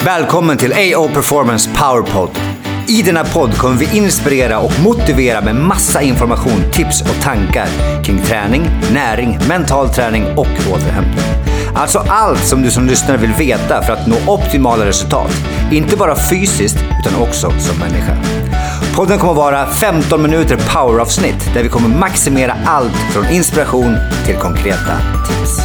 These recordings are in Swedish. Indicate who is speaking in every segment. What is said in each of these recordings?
Speaker 1: Välkommen till AO Performance Powerpod. I denna podd kommer vi inspirera och motivera med massa information, tips och tankar kring träning, näring, mental träning och återhämtning. Alltså allt som du som lyssnare vill veta för att nå optimala resultat. Inte bara fysiskt utan också som människa. Podden kommer att vara 15 minuter poweravsnitt där vi kommer maximera allt från inspiration till konkreta tips.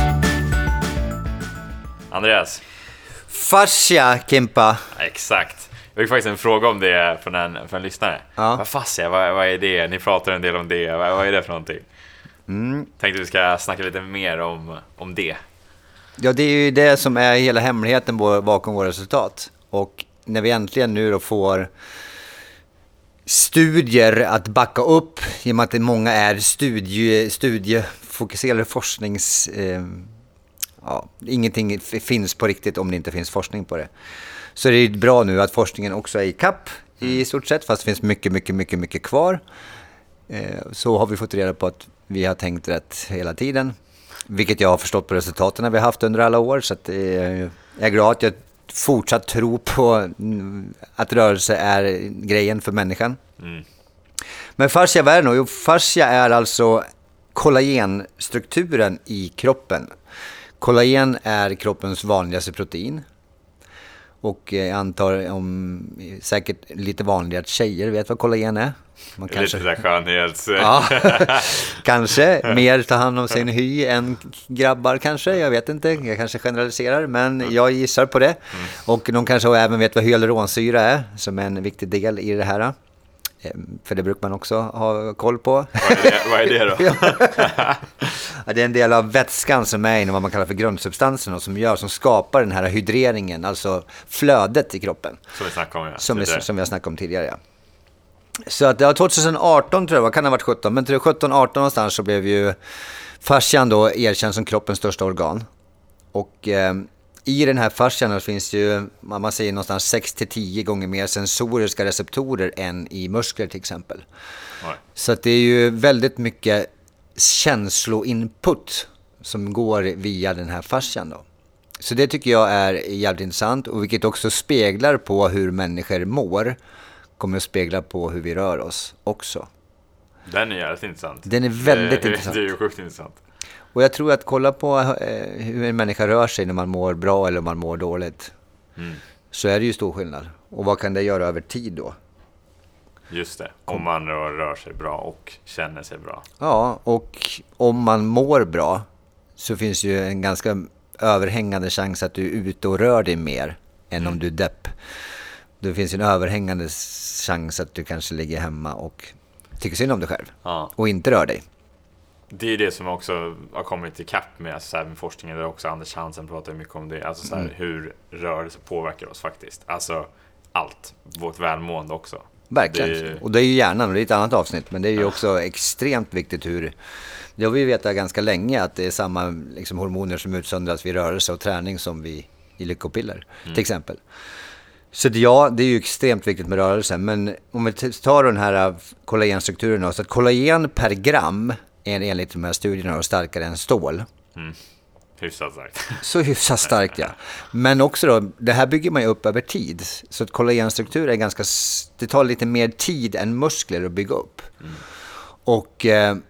Speaker 2: Andreas.
Speaker 1: Fascia, Kimpa.
Speaker 2: Exakt. Jag fick faktiskt en fråga om det från en lyssnare.
Speaker 1: Ja.
Speaker 2: Vad fascia, vad är det? Ni pratar en del om det. Vad är det för någonting? Tänkte vi ska snacka lite mer om det.
Speaker 1: Ja, det är ju det som är hela hemligheten bakom våra resultat. Och när vi äntligen nu då får studier att backa upp, i och med att många är studiefokuserade forsknings... ingenting finns på riktigt om det inte finns forskning på det. Så det är bra nu att forskningen också är i kapp i stort sett, fast det finns mycket kvar. Så har vi fått reda på att vi har tänkt rätt hela tiden. Vilket jag har förstått på resultaten vi har haft under alla år. Så att jag är glad att jag fortsatt tror på att rörelse är grejen för människan. Men fascia, vad är det nu? Jo, fascia är alltså kollagenstrukturen i kroppen. Kollagen är kroppens vanligaste protein. Och jag antar säkert lite vanligare att tjejer vet vad kollagen är. Man kanske...
Speaker 2: Lite där skönhets...
Speaker 1: Ja, kanske mer ta hand om sin hy än grabbar kanske. Jag vet inte, jag kanske generaliserar, men jag gissar på det. Och de kanske även vet vad hyaluronsyra är, som är en viktig del i det här. För det brukar man också ha koll på.
Speaker 2: Vad är det då?
Speaker 1: Ja, det är en del av vätskan som är inom vad man kallar för grundsubstansen och som skapar den här hydreringen, alltså flödet i kroppen.
Speaker 2: Som vi snackade om, ja.
Speaker 1: Som vi har snackat om tidigare, ja. Så att det var 2018 tror jag, kan det ha varit 17, men till 17-18 någonstans så blev ju fascian då erkänd som kroppens största organ. Och i den här fascian finns ju, man säger någonstans 6-10 gånger mer sensoriska receptorer än i muskler till exempel.
Speaker 2: Nej.
Speaker 1: Så att det är ju väldigt mycket känsloinput som går via den här fascian då. Så det tycker jag är jävligt intressant, och vilket också speglar på hur människor mår, kommer att spegla på hur vi rör oss också.
Speaker 2: Den är jävligt intressant.
Speaker 1: Den är väldigt intressant.
Speaker 2: Det är ju sjukt intressant.
Speaker 1: Och jag tror att kolla på hur en människa rör sig när man mår bra eller om man mår dåligt. Så är det ju stor skillnad. Och vad kan det göra över tid då?
Speaker 2: Just det, om man rör sig bra och känner sig bra.
Speaker 1: Ja, och om man mår bra så finns ju en ganska överhängande chans att du är ute och rör dig mer än om du är depp. Det finns en överhängande chans att du kanske ligger hemma och tycker synd om dig själv och inte rör dig.
Speaker 2: Det är det som också har kommit i kapp med, så här, med forskningen, där också Anders Hansen pratar mycket om det. Alltså så här, hur rörelse påverkar oss faktiskt. Alltså allt, vårt välmående också.
Speaker 1: Verkligen. Och det är ju hjärnan, och det är ett annat avsnitt, men det är ju också extremt viktigt hur... Det har vi vetat ganska länge, att det är samma liksom, hormoner som utsöndras vid rörelse och träning som i lyckopiller till exempel. Så ja, det är ju extremt viktigt med rörelse. Men om vi tar den här kollagenstrukturen då, så att kollagen per gram är enligt de här studierna starkare än stål.
Speaker 2: Hyfsat starkt.
Speaker 1: Så hyfsat starkt, ja. Men också då, det här bygger man ju upp över tid. Så att kollagenstruktur är ganska... Det tar lite mer tid än muskler att bygga upp. Och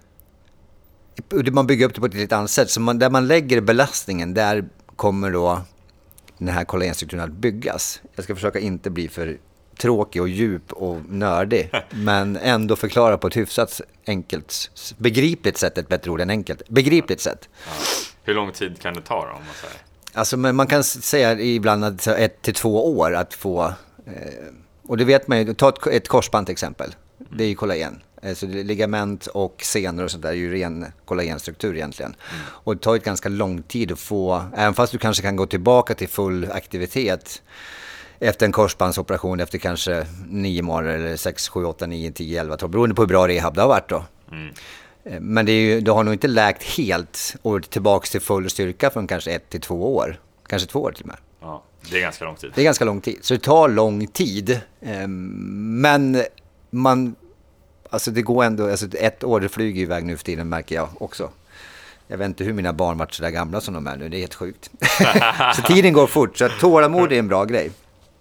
Speaker 1: man bygger upp det på ett lite annat sätt. Så där man lägger belastningen, där kommer då den här kollagenstrukturen att byggas. Jag ska försöka inte bli för tråkig och djup och nördig, men ändå förklara på ett hyfsat enkelt, begripligt sätt, ett bättre ord än enkelt, begripligt sätt.
Speaker 2: Ja. Hur lång tid kan det ta då, om man säger?
Speaker 1: Alltså, men man kan säga ibland att 1 till 2 år att få, och det vet man ju, ta ett korsband till exempel, det är ju kollagen. Så ligament och senor och sånt där är ju ren kollagenstruktur egentligen. Och det tar ett ganska lång tid att få, även fast du kanske kan gå tillbaka till full aktivitet efter en korsbandsoperation efter kanske 9 månader eller 6, 7, 8, 9, 10, 11, 12, beroende på hur bra rehab det har varit då. Men det är ju, du har nog inte läkt helt och tillbaka till full styrka från kanske 1 till 2 år. Kanske 2 år till och med.
Speaker 2: Ja, det är ganska lång tid.
Speaker 1: Det är ganska lång tid. Så det tar lång tid. Men alltså det går ändå, alltså 1 år, det flyger iväg nu för tiden, märker jag också. Jag vet inte hur mina barn varit så där gamla som de är nu. Det är helt sjukt. Så tiden går fort. Så tålamod är en bra grej.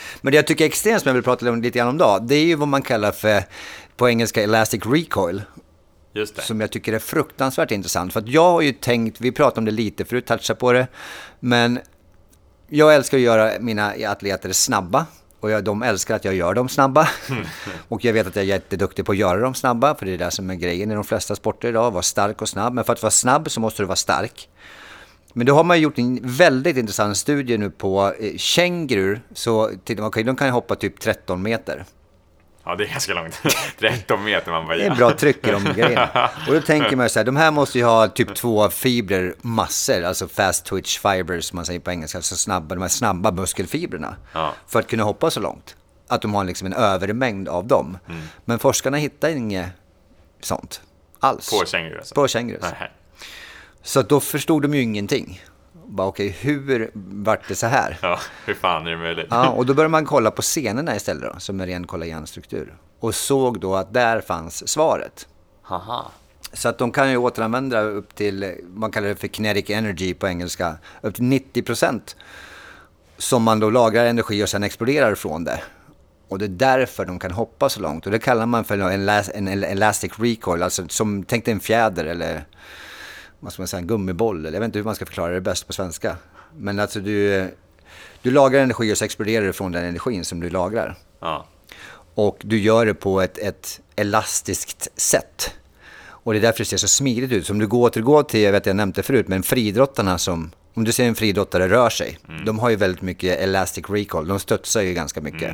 Speaker 1: Men det jag tycker är extremt, som jag vill prata lite grann om då, det är ju vad man kallar för, på engelska, elastic recoil.
Speaker 2: Just det.
Speaker 1: Som jag tycker är fruktansvärt intressant. För att jag har ju tänkt, vi pratade om det lite förut, toucha på det. Men jag älskar att göra mina atleter snabba. Och de älskar att jag gör dem snabba. Och jag vet att jag är jätteduktig på att göra dem snabba. För det är det som är grejen i de flesta sporter idag. Vara stark och snabb. Men för att vara snabb så måste du vara stark. Men då har man gjort en väldigt intressant studie nu på kängurur. Så de kan hoppa typ 13 meter.
Speaker 2: Ja, det är ganska långt. 13 meter man bara...
Speaker 1: Det är bra tryck i de grejerna. Och då tänker man så här, de här måste ju ha typ 2 fibrer, massor, alltså fast twitch fibers som man säger på engelska, alltså de här snabba muskelfibrerna.
Speaker 2: Ja.
Speaker 1: För att kunna hoppa så långt. Att de har liksom en övermängd av dem. Men forskarna hittar inget sånt alls.
Speaker 2: På kängurur alltså?
Speaker 1: På kängurur. Så då förstod de ju ingenting. Bara okej, hur vart det så här?
Speaker 2: Ja, hur fan är det möjligt?
Speaker 1: Ja, och då började man kolla på scenerna istället då, som är ren kollagenstruktur. Och såg då att där fanns svaret.
Speaker 2: Haha.
Speaker 1: Så att de kan ju återanvända upp till, man kallar det för kinetic energy på engelska, upp till 90% som man då lagrar energi och sen exploderar från det. Och det är därför de kan hoppa så långt. Och det kallar man för en elastic recoil, alltså som, tänk dig en fjäder eller vad ska man säga, en gummiboll, eller jag vet inte hur man ska förklara det bäst på svenska. Men alltså du lagrar energi och så exploderar det från den energin som du lagrar.
Speaker 2: Ja.
Speaker 1: Och du gör det på ett elastiskt sätt. Och det är därför det ser så smidigt ut. Som du återgår till, jag nämnde det förut, men friidrottarna som, om du ser en friidrottare rör sig, de har ju väldigt mycket elastic recoil. De studsar ju ganska mycket.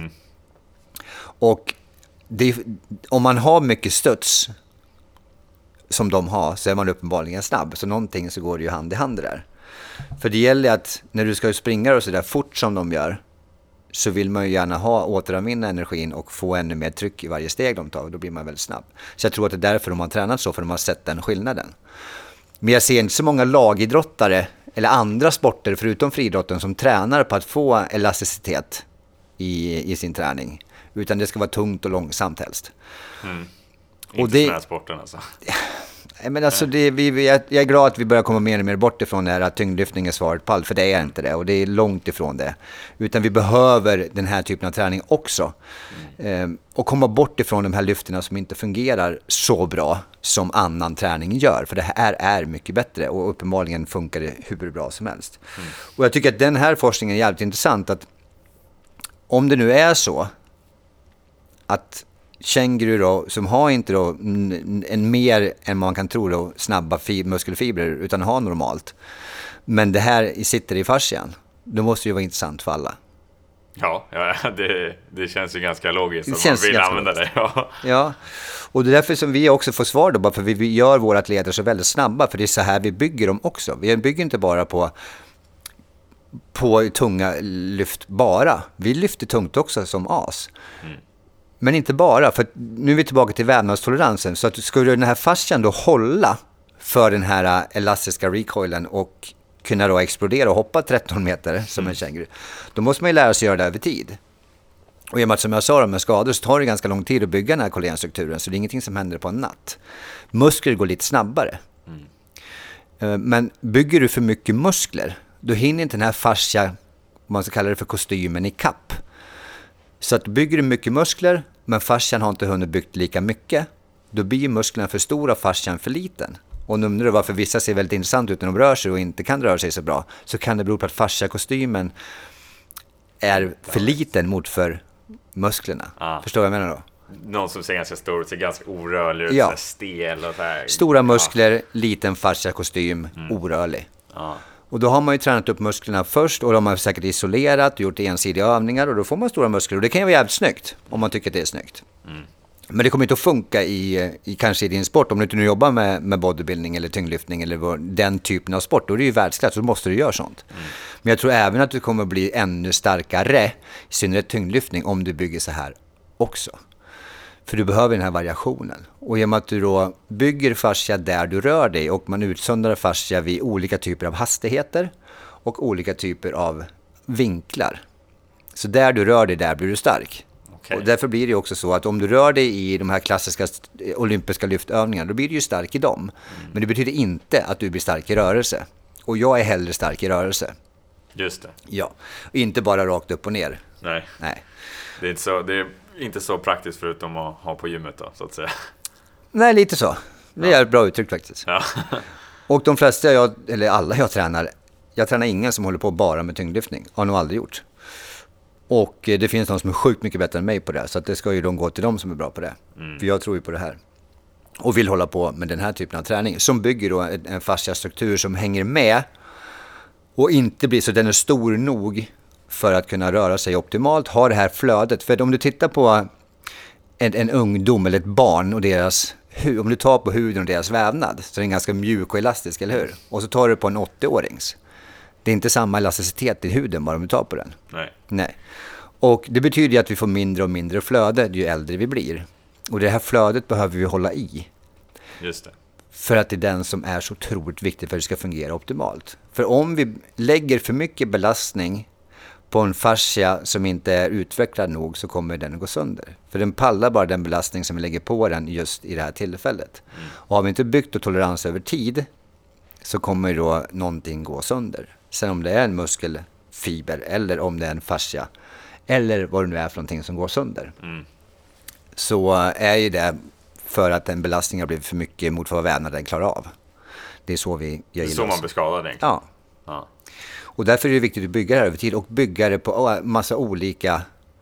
Speaker 1: Och om man har mycket studs som de har, så är man uppenbarligen snabb. Så någonting så går det ju hand i hand där. För det gäller att när du ska springa och så där fort som de gör, så vill man ju gärna återanvinna energin och få ännu mer tryck i varje steg de tar. Då blir man väldigt snabb. Så jag tror att det är därför de har tränat så, för de har sett den skillnaden. Men jag ser inte så många lagidrottare eller andra sporter förutom friidrotten som tränar på att få elasticitet i sin träning. Utan det ska vara tungt och långsamt helst.
Speaker 2: Inte den här sporten alltså.
Speaker 1: Men alltså jag är glad att vi börjar komma mer och mer bort ifrån det här att tyngdlyftning är svaret på allt, för det är inte det, och det är långt ifrån det. Utan vi behöver den här typen av träning också. Och komma bort ifrån de här lyfterna som inte fungerar så bra som annan träning gör. För det här är mycket bättre och uppenbarligen funkar det hur bra som helst. Och jag tycker att den här forskningen är jävligt intressant, att om det nu är så att kängurur då, som har inte då en mer än man kan tro då, snabba muskelfibrer, utan har normalt. Men det här sitter i fascian. Då måste det ju vara intressant för alla.
Speaker 2: Ja, det känns ju ganska logiskt att man vill använda det.
Speaker 1: Ja, och det är därför som vi också får svar då, bara för vi gör våra atleter så väldigt snabba, för det är så här vi bygger dem också. Vi bygger inte bara på tunga lyft bara. Vi lyfter tungt också som as. Men inte bara, för nu är vi tillbaka till vävnadstoleransen. Så att skulle den här fascian då hålla för den här elastiska recoilen och kunna då explodera och hoppa 13 meter som en känguru, då måste man ju lära sig göra det över tid. Och i och med att, som jag sa, med skador så tar det ganska lång tid att bygga den här kollagenstrukturen, så det är ingenting som händer på en natt. Muskler går lite snabbare. Men bygger du för mycket muskler, då hinner inte den här fascia, man ska kalla det för kostymen, i kapp. Så att bygger du mycket muskler, men fascian har inte hunnit byggt lika mycket, då blir musklerna för stora och fascian för liten. Och nu undrar du varför vissa ser väldigt intressant ut när de rör sig och inte kan röra sig så bra, så kan det bero på att fasciakostymen är för liten mot för musklerna. Förstår vad jag menar då?
Speaker 2: Någon som ser ganska stor ut, ser ganska orörlig ut, så stel och så här.
Speaker 1: Stora muskler, liten fasciakostym, orörlig. Och då har man ju tränat upp musklerna först, och de har säkert isolerat och gjort ensidiga övningar, och då får man stora muskler, och det kan ju vara jävligt snyggt om man tycker att det är snyggt. Men det kommer inte att funka kanske i din sport. Om du inte nu jobbar med bodybuilding eller tyngdlyftning eller den typen av sport, då är det ju världsklass, då måste du göra sånt. Men jag tror även att du kommer att bli ännu starkare, i synnerhet tyngdlyftning, om du bygger så här också. För du behöver den här variationen. Och genom att du då bygger fascia där du rör dig, och man utsöndrar fascia vid olika typer av hastigheter och olika typer av vinklar. Så där du rör dig, där blir du stark. Och därför blir det också så att om du rör dig i de här klassiska olympiska lyftövningarna, då blir du ju stark i dem. Men det betyder inte att du blir stark i rörelse. Och jag är hellre stark i rörelse.
Speaker 2: Just det.
Speaker 1: Ja, inte bara rakt upp och ner. Nej.
Speaker 2: Det är inte så praktiskt förutom att ha på gymmet då, så att säga.
Speaker 1: Nej, lite så. Det är ett bra uttryck faktiskt.
Speaker 2: Ja.
Speaker 1: Och de flesta eller alla jag tränar ingen som håller på bara med tyngdlyftning. Har nog aldrig gjort. Och det finns någon som är sjukt mycket bättre än mig på det. Så att det ska ju de gå till dem som är bra på det. För jag tror ju på det här. Och vill hålla på med den här typen av träning. Som bygger då en fasciastruktur som hänger med. Och inte blir så den är stor nog för att kunna röra sig optimalt. Ha det här flödet. För om du tittar på en ungdom eller ett barn och deras... Om du tar på huden och deras vävnad så är den ganska mjuk och elastisk, eller hur? Och så tar du på en 80-årings. Det är inte samma elasticitet i huden bara om du tar på den. Nej. Och det betyder ju att vi får mindre och mindre flöde ju äldre vi blir. Och det här flödet behöver vi hålla i.
Speaker 2: Just det.
Speaker 1: För att det är den som är så otroligt viktig för att det ska fungera optimalt. För om vi lägger för mycket belastning på en fascia som inte är utvecklad nog så kommer den att gå sönder. För den pallar bara den belastning som vi lägger på den just i det här tillfället. Och har vi inte byggt tolerans över tid så kommer då någonting gå sönder. Sen om det är en muskelfiber eller om det är en fascia eller vad det nu är för någonting som går sönder. Så är ju det för att en belastning har blivit för mycket mot vad vävnaden klarar av. Det är så vi gör.
Speaker 2: Det är så man blir skadad egentligen.
Speaker 1: Ja. Och därför är det viktigt att bygga det här över tid och bygga det på massa olika,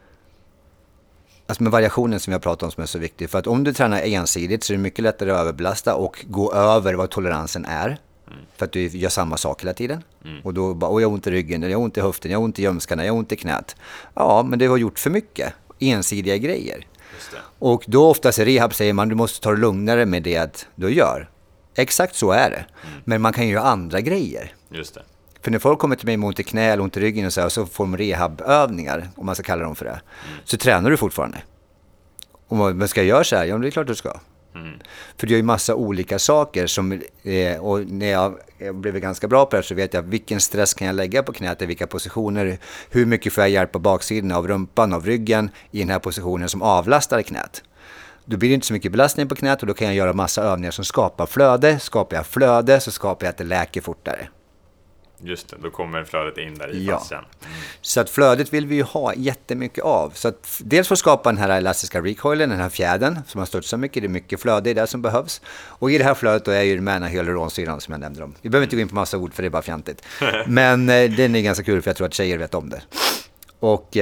Speaker 1: alltså med variationen som vi har pratat om som är så viktig. För att om du tränar ensidigt så är det mycket lättare att överbelasta och gå över vad toleransen är. För att du gör samma sak hela tiden. Och då bara, jag har ont i ryggen, jag har ont i höften, jag har ont i ljumskarna, jag har ont i knät. Ja, men det har gjort för mycket ensidiga grejer.
Speaker 2: Just det.
Speaker 1: Och då oftast i rehab säger man du måste ta det lugnare med det du gör. Exakt så är det. Men man kan ju göra andra grejer.
Speaker 2: Just det.
Speaker 1: För när folk kommer till mig med ont i knä eller ont i ryggen och så får de rehabövningar, om man ska kalla dem för det, så tränar du fortfarande. Och man ska göra så här, ja det är klart du ska. För det gör ju massa olika saker som, och när jag blev ganska bra på det så vet jag vilken stress kan jag lägga på knät i vilka positioner, hur mycket får jag hjälpa baksidan av rumpan, av ryggen i den här positionen som avlastar knät. Då blir det inte så mycket belastning på knät och då kan jag göra massa övningar som skapar flöde. Skapar jag flöde så skapar jag att det läker fortare.
Speaker 2: Just det, då kommer flödet in där i fascian.
Speaker 1: Så att flödet vill vi ju ha jättemycket av. Så att dels för att skapa den här elastiska recoilen, den här fjädern som har stört så mycket, det är mycket flöde i det som behövs. Och i det här flödet då är ju den här hyaluronsyran som jag nämnde om. Vi behöver inte gå in på massa ord för det är bara fjantigt. Men den är ganska kul för jag tror att tjejer vet om det. Och,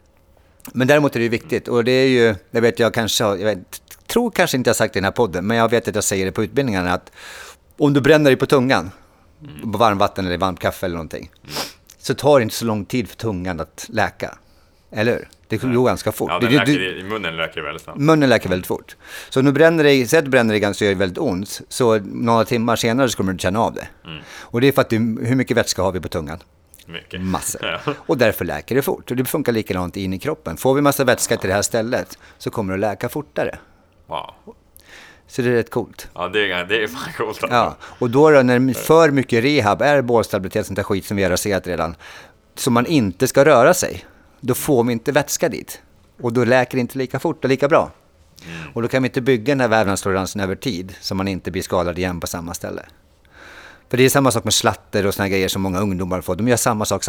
Speaker 1: men däremot är det viktigt och det är ju, det vet jag kanske, tror kanske inte jag sagt det i den här podden, men jag vet att jag säger det på utbildningarna att om du bränner dig på tungan, på varmvatten eller varmt kaffe eller någonting, så tar det inte så lång tid för tungan att läka. Eller hur? Det går ganska fort.
Speaker 2: Ja, munnen läker väldigt snabbt.
Speaker 1: Munnen läker väldigt fort. Så om du bränner dig, säg att du bränner dig ganska, gör det väldigt ont, så några timmar senare så kommer du känna av det. Och det är för att hur mycket vätska har vi på tungan?
Speaker 2: Mycket.
Speaker 1: Massor. Ja. Och därför läker det fort. Och det funkar likadant in i kroppen. Får vi massa vätska till det här stället så kommer det att läka fortare.
Speaker 2: Wow.
Speaker 1: Så det är rätt coolt.
Speaker 2: Ja, det är fan coolt.
Speaker 1: Ja. Och då när för mycket rehab är bålstabilitet, sånt där skit som vi har raserat redan, så man inte ska röra sig, då får vi inte vätska dit. Och då läker det inte lika fort och lika bra. Och då kan vi inte bygga den här vävnadstoleransen över tid så man inte blir skadad igen på samma ställe. För det är samma sak med slatter och såna grejer som många ungdomar får. De gör samma sak.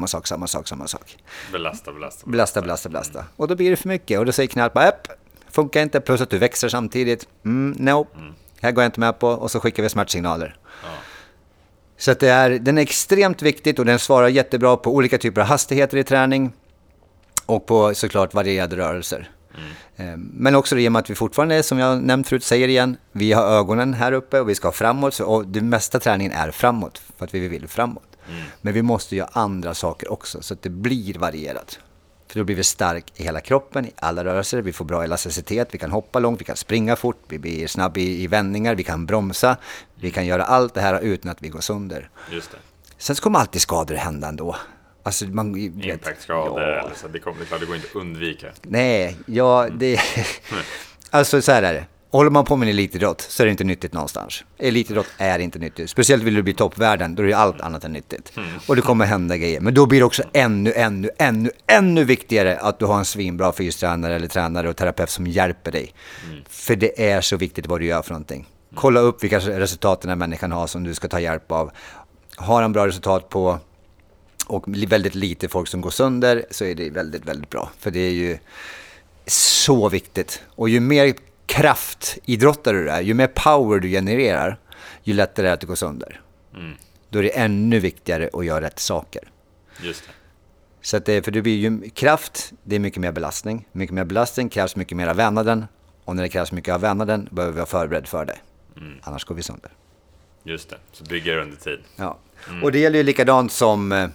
Speaker 1: Belasta. Och då blir det för mycket. Och då säger knät bara, funkar inte. Plus att du växer samtidigt. Här går jag inte med på. Och så skickar vi smärtsignaler. Så att den är extremt viktigt och den svarar jättebra på olika typer av hastigheter i träning. Och på såklart varierade rörelser. Men också det med att vi fortfarande, som jag nämnt förut, säger igen, vi har ögonen här uppe och vi ska framåt. Och det mesta träningen är framåt för att vi vill framåt. Men vi måste göra andra saker också så att det blir varierat. För då blir vi stark i hela kroppen, i alla rörelser. Vi får bra elasticitet, vi kan hoppa långt, vi kan springa fort, vi blir snabb i vändningar, vi kan bromsa. Vi kan göra allt det här utan att vi går sönder.
Speaker 2: Just det.
Speaker 1: Sen så kommer alltid skador hända ändå. Alltså
Speaker 2: Impact-skador, eller så det går inte att undvika.
Speaker 1: Nej, alltså så här är det. Håller man på med en elitidrott så är det inte nyttigt någonstans. Elitidrott är inte nyttigt. Speciellt vill du bli toppvärlden, då är det allt annat än nyttigt. Och det kommer hända grejer. Men då blir det också ännu viktigare att du har en svinbra fystränare eller tränare och terapeut som hjälper dig. För det är så viktigt vad du gör för någonting. Kolla upp vilka resultat den här människan har som du ska ta hjälp av. Har han bra resultat på och väldigt lite folk som går sönder, så är det väldigt, väldigt bra. För det är ju så viktigt. Och ju mer kraftidrottare du är, ju mer power du genererar, ju lättare är det att du går sönder. Då är det ännu viktigare att göra rätt saker.
Speaker 2: Just det.
Speaker 1: Så att för det blir ju kraft, det är mycket mer belastning. Mycket mer belastning krävs mycket mer av vävnaden. Och när det krävs mycket av vävnaden behöver vi vara förberedd för det. Annars går vi sönder.
Speaker 2: Just det, så bygger under tid.
Speaker 1: Ja. Och det gäller ju likadant som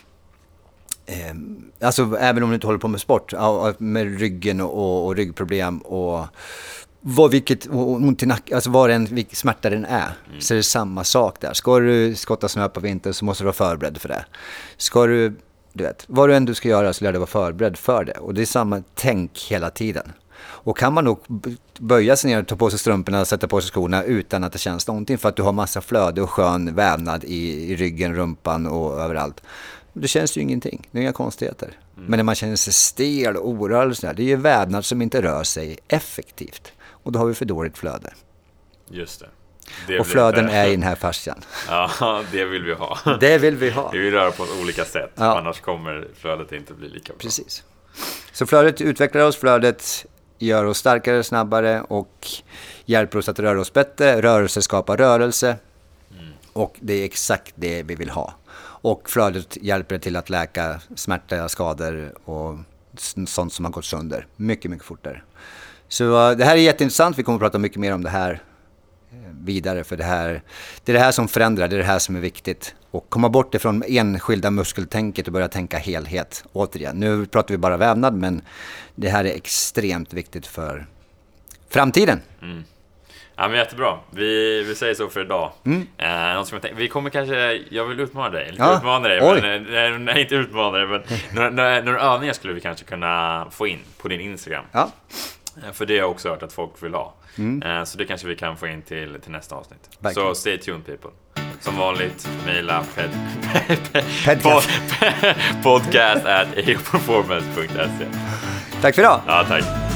Speaker 1: alltså även om du inte håller på med sport, med ryggen och ryggproblem och ont i nacken, alltså vilken smärta den är, så är det samma sak där. Ska du skotta snö på vintern så måste du vara förberedd för det. Ska du vet, vad du än ska göra så lär du vara förberedd för det. Och det är samma tänk hela tiden. Och kan man nog böja sig ner och ta på sig strumporna och sätta på sig skorna utan att det känns någonting, för att du har massa flöde och skön vävnad i ryggen, rumpan och överallt. Det känns ju ingenting, det är inga konstigheter. Men när man känner sig stel och orörlig, det är ju vävnad som inte rör sig effektivt. Och då har vi för dåligt flöde.
Speaker 2: Just det.
Speaker 1: Och flöden är i den här fascian.
Speaker 2: Ja, det vill vi ha.
Speaker 1: Det vill vi ha.
Speaker 2: Vi vill röra på olika sätt,
Speaker 1: ja.
Speaker 2: Annars kommer flödet inte bli lika bra.
Speaker 1: Precis. Så flödet utvecklar oss, flödet gör oss starkare, snabbare och hjälper oss att röra oss bättre. Rörelse skapar rörelse. Och det är exakt det vi vill ha. Och flödet hjälper till att läka smärta, skador och sånt som har gått sönder. Mycket, mycket fortare. Så det här är jätteintressant. Vi kommer att prata mycket mer om det här vidare. För det är det här som förändrar, det är det här som är viktigt. Och komma bort ifrån enskilda muskeltänket och börja tänka helhet. Återigen, nu pratar vi bara vävnad, men det här är extremt viktigt för framtiden.
Speaker 2: Ja, men jättebra. Vi säger så för idag. Något som vi kommer kanske, jag vill utmana dig. Men inte utmana dig, men några övningar skulle vi kanske kunna få in på din Instagram.
Speaker 1: Ja.
Speaker 2: För det har jag också hört att folk vill ha. Så det kanske vi kan få in till nästa avsnitt. Så stay tuned, people. Som vanligt, mejla podcast@eoperformance.se.
Speaker 1: Tack för idag.
Speaker 2: Ja, tack.